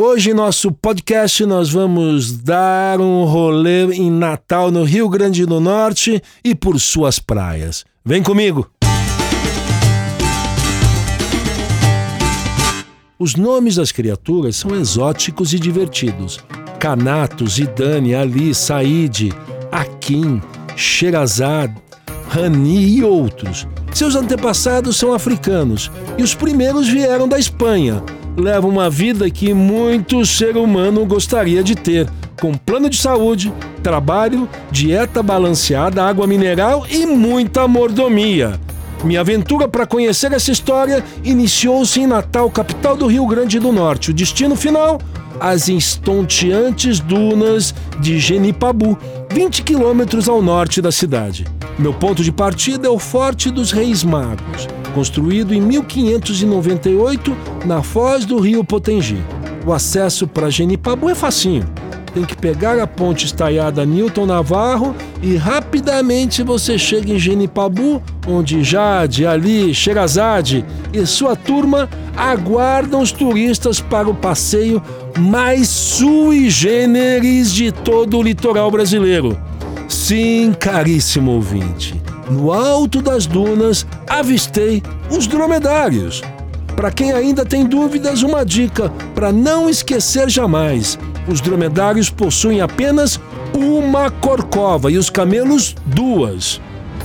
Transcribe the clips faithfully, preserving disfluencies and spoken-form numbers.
Hoje em nosso podcast nós vamos dar um rolê em Natal, no Rio Grande do Norte e por suas praias. Vem comigo! Os nomes das criaturas são exóticos e divertidos. Canato, Zidane, Ali, Said, Akin, Sherazade, Rani e outros. Seus antepassados são africanos e os primeiros vieram da Espanha. Levam uma vida que muito ser humano gostaria de ter, com plano de saúde, trabalho, dieta balanceada, água mineral e muita mordomia. Minha aventura para conhecer essa história iniciou-se em Natal, capital do Rio Grande do Norte. O destino final? As estonteantes dunas de Genipabu, vinte quilômetros ao norte da cidade. Meu ponto de partida é o Forte dos Reis Magos, construído em mil quinhentos e noventa e oito na foz do rio Potengi. O acesso para Genipabu é facinho. Tem que pegar a ponte estaiada Newton Navarro e rapidamente você chega em Genipabu, onde Jade, Ali, Sherazade e sua turma aguardam os turistas para o passeio mais sui generis de todo o litoral brasileiro. Sim, caríssimo ouvinte, no alto das dunas avistei os dromedários. Para quem ainda tem dúvidas, uma dica para não esquecer jamais: os dromedários possuem apenas uma corcova e os camelos duas.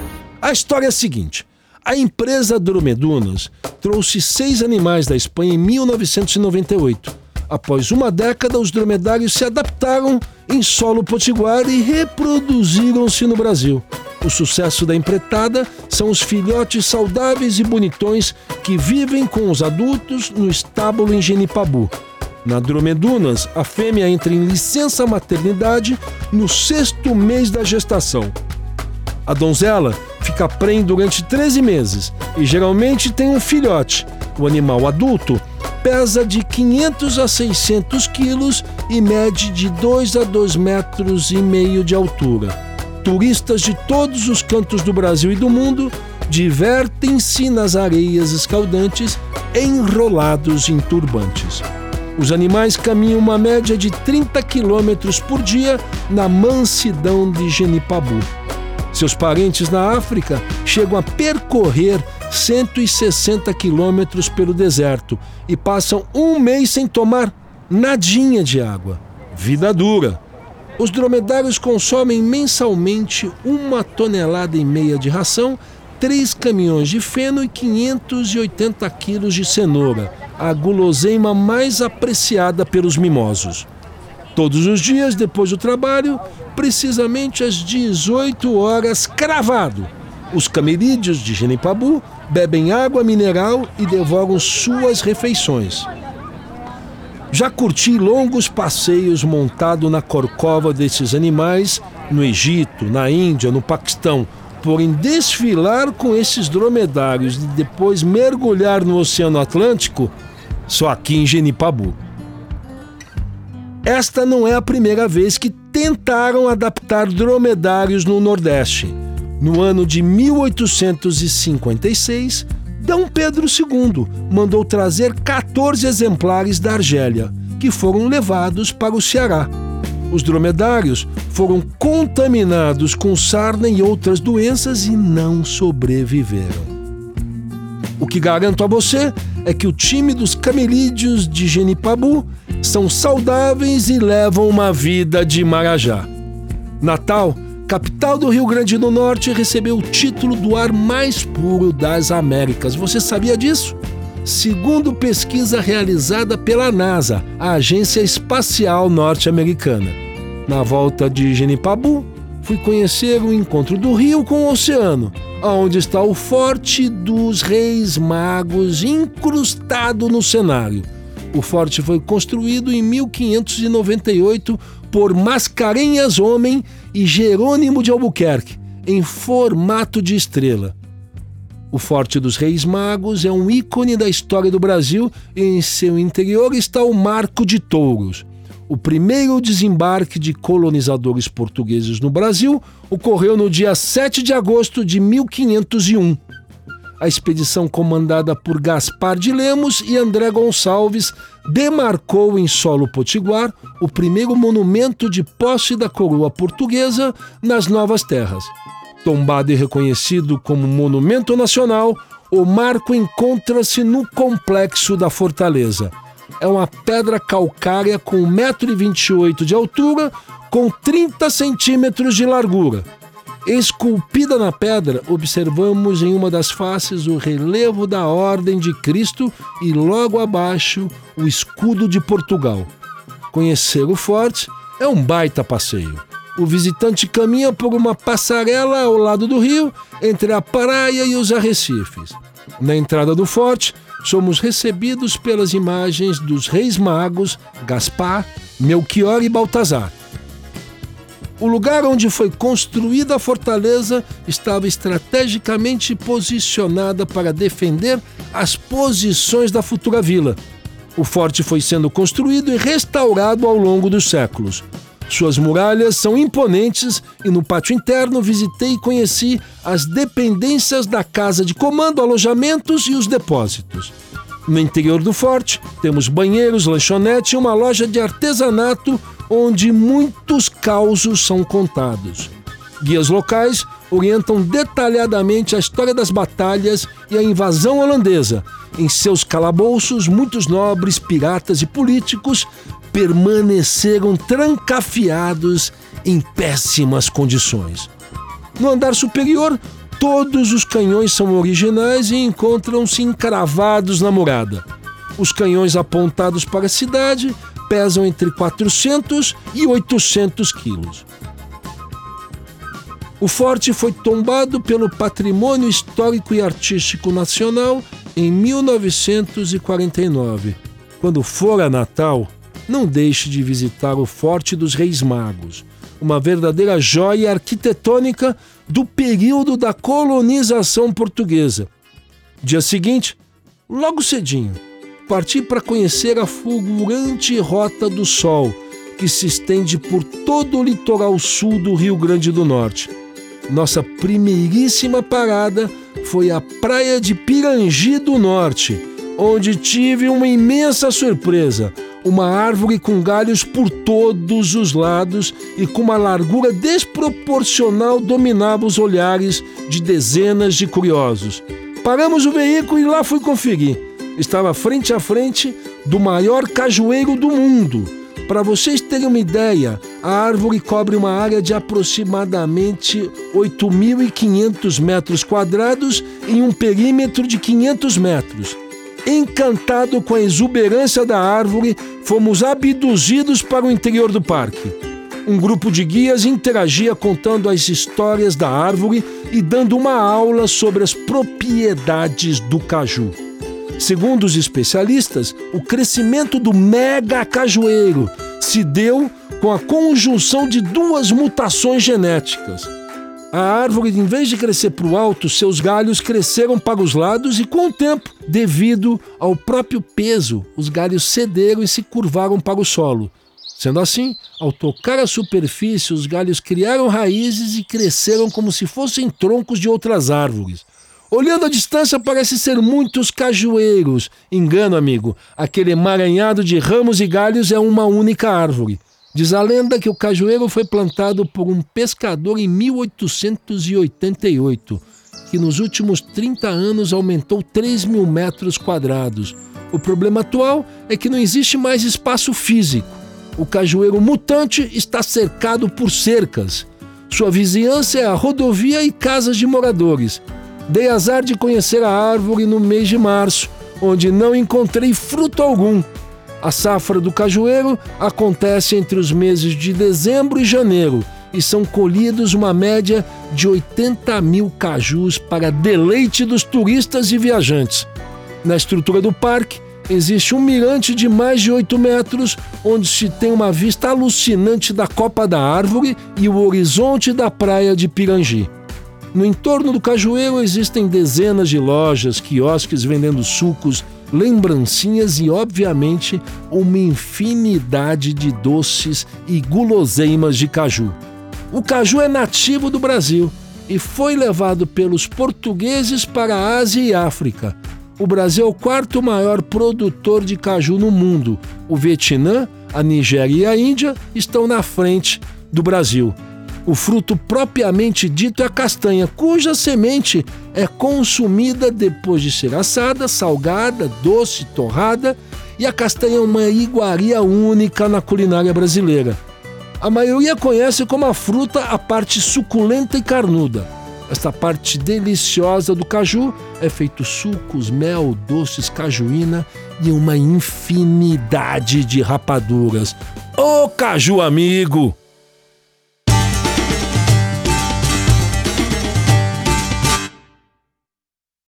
A história é a seguinte: a empresa Dromedunas trouxe seis animais da Espanha em mil novecentos e noventa e oito. Após uma década, os dromedários se adaptaram em solo potiguar e reproduziram-se no Brasil. O sucesso da empreitada são os filhotes saudáveis e bonitões que vivem com os adultos no estábulo em Genipabu. Na Dromedunas, a fêmea entra em licença maternidade no sexto mês da gestação. A donzela fica prenhe durante treze meses e geralmente tem um filhote. O animal adulto pesa de quinhentos a seiscentos quilos e mede de dois a dois metros e meio de altura. Turistas de todos os cantos do Brasil e do mundo divertem-se nas areias escaldantes enrolados em turbantes. Os animais caminham uma média de trinta quilômetros por dia na mansidão de Genipabu. Seus parentes na África chegam a percorrer cento e sessenta quilômetros pelo deserto e passam um mês sem tomar nadinha de água. Vida dura. Os dromedários consomem mensalmente uma tonelada e meia de ração, três caminhões de feno e quinhentos e oitenta quilos de cenoura, a guloseima mais apreciada pelos mimosos. Todos os dias, depois do trabalho, precisamente às dezoito horas, cravado, os camelídeos de Genipabu bebem água mineral e devoram suas refeições. Já curti longos passeios montado na corcova desses animais no Egito, na Índia, no Paquistão. Porém, desfilar com esses dromedários e depois mergulhar no Oceano Atlântico, só aqui em Genipabu. Esta não é a primeira vez que tentaram adaptar dromedários no Nordeste. No ano de mil oitocentos e cinquenta e seis, D. Pedro segundo mandou trazer quatorze exemplares da Argélia, que foram levados para o Ceará. Os dromedários foram contaminados com sarna e outras doenças e não sobreviveram. O que garanto a você é que o time dos camelídeos de Genipabu são saudáveis e levam uma vida de marajá. Natal, capital do Rio Grande do Norte, recebeu o título do ar mais puro das Américas. Você sabia disso? Segundo pesquisa realizada pela NASA, a Agência Espacial Norte-Americana. Na volta de Genipabu, fui conhecer o encontro do rio com o oceano, onde está o Forte dos Reis Magos incrustado no cenário. O forte foi construído em mil quinhentos e noventa e oito por Mascarenhas Homem e Jerônimo de Albuquerque, em formato de estrela. O Forte dos Reis Magos é um ícone da história do Brasil e em seu interior está o Marco de Touros. O primeiro desembarque de colonizadores portugueses no Brasil ocorreu no dia sete de agosto de mil quinhentos e um. a expedição comandada por Gaspar de Lemos e André Gonçalves demarcou em solo potiguar o primeiro monumento de posse da coroa portuguesa nas novas terras. Tombado e reconhecido como monumento nacional, o marco encontra-se no complexo da fortaleza. É uma pedra calcária com um metro e vinte e oito de altura, com trinta centímetros de largura. Esculpida na pedra, observamos em uma das faces o relevo da Ordem de Cristo e logo abaixo o escudo de Portugal. Conhecer o forte é um baita passeio. O visitante caminha por uma passarela ao lado do rio, entre a praia e os arrecifes. Na entrada do forte, somos recebidos pelas imagens dos reis magos Gaspar, Melchior e Baltazar. O lugar onde foi construída a fortaleza estava estrategicamente posicionada para defender as posições da futura vila. O forte foi sendo construído e restaurado ao longo dos séculos. Suas muralhas são imponentes e no pátio interno visitei e conheci as dependências da casa de comando, alojamentos e os depósitos. No interior do forte, temos banheiros, lanchonete e uma loja de artesanato onde muitos causos são contados. Guias locais orientam detalhadamente a história das batalhas e a invasão holandesa. Em seus calabouços, muitos nobres, piratas e políticos permaneceram trancafiados em péssimas condições. No andar superior, todos os canhões são originais e encontram-se encravados na murada. Os canhões apontados para a cidade pesam entre quatrocentos e oitocentos quilos. O forte foi tombado pelo Patrimônio Histórico e Artístico Nacional em mil novecentos e quarenta e nove. Quando for a Natal, não deixe de visitar o Forte dos Reis Magos, uma verdadeira joia arquitetônica do período da colonização portuguesa. Dia seguinte, logo cedinho, parti para conhecer a fulgurante Rota do Sol, que se estende por todo o litoral sul do Rio Grande do Norte. Nossa primeiríssima parada foi a praia de Pirangi do Norte, onde tive uma imensa surpresa. Uma árvore com galhos por todos os lados e com uma largura desproporcional dominava os olhares de dezenas de curiosos. Paramos o veículo e lá fui conferir. Estava frente a frente do maior cajueiro do mundo. Para vocês terem uma ideia, a árvore cobre uma área de aproximadamente oito mil e quinhentos metros quadrados em um perímetro de quinhentos metros. Encantado com a exuberância da árvore, fomos abduzidos para o interior do parque. Um grupo de guias interagia contando as histórias da árvore e dando uma aula sobre as propriedades do caju. Segundo os especialistas, o crescimento do mega cajueiro se deu com a conjunção de duas mutações genéticas. A árvore, em vez de crescer para o alto, seus galhos cresceram para os lados e, com o tempo, devido ao próprio peso, os galhos cederam e se curvaram para o solo. Sendo assim, ao tocar a superfície, os galhos criaram raízes e cresceram como se fossem troncos de outras árvores. Olhando à distância, parece ser muitos cajueiros. Engano, amigo, aquele emaranhado de ramos e galhos é uma única árvore. Diz a lenda que o cajueiro foi plantado por um pescador em mil oitocentos e oitenta e oito, que nos últimos trinta anos aumentou três mil metros quadrados. O problema atual é que não existe mais espaço físico. O cajueiro mutante está cercado por cercas. Sua vizinhança é a rodovia e casas de moradores. Dei azar de conhecer a árvore no mês de março, onde não encontrei fruto algum. A safra do cajueiro acontece entre os meses de dezembro e janeiro e são colhidos uma média de oitenta mil cajus para deleite dos turistas e viajantes. Na estrutura do parque existe um mirante de mais de oito metros, onde se tem uma vista alucinante da copa da árvore e o horizonte da praia de Pirangi. No entorno do cajueiro existem dezenas de lojas, quiosques vendendo sucos, lembrancinhas e, obviamente, uma infinidade de doces e guloseimas de caju. O caju é nativo do Brasil e foi levado pelos portugueses para a Ásia e África. O Brasil é o quarto maior produtor de caju no mundo. O Vietnã, a Nigéria e a Índia estão na frente do Brasil. O fruto propriamente dito é a castanha, cuja semente é consumida depois de ser assada, salgada, doce, torrada, e a castanha é uma iguaria única na culinária brasileira. A maioria conhece como a fruta a parte suculenta e carnuda. Esta parte deliciosa do caju é feito sucos, mel, doces, cajuína e uma infinidade de rapaduras. Ô caju amigo!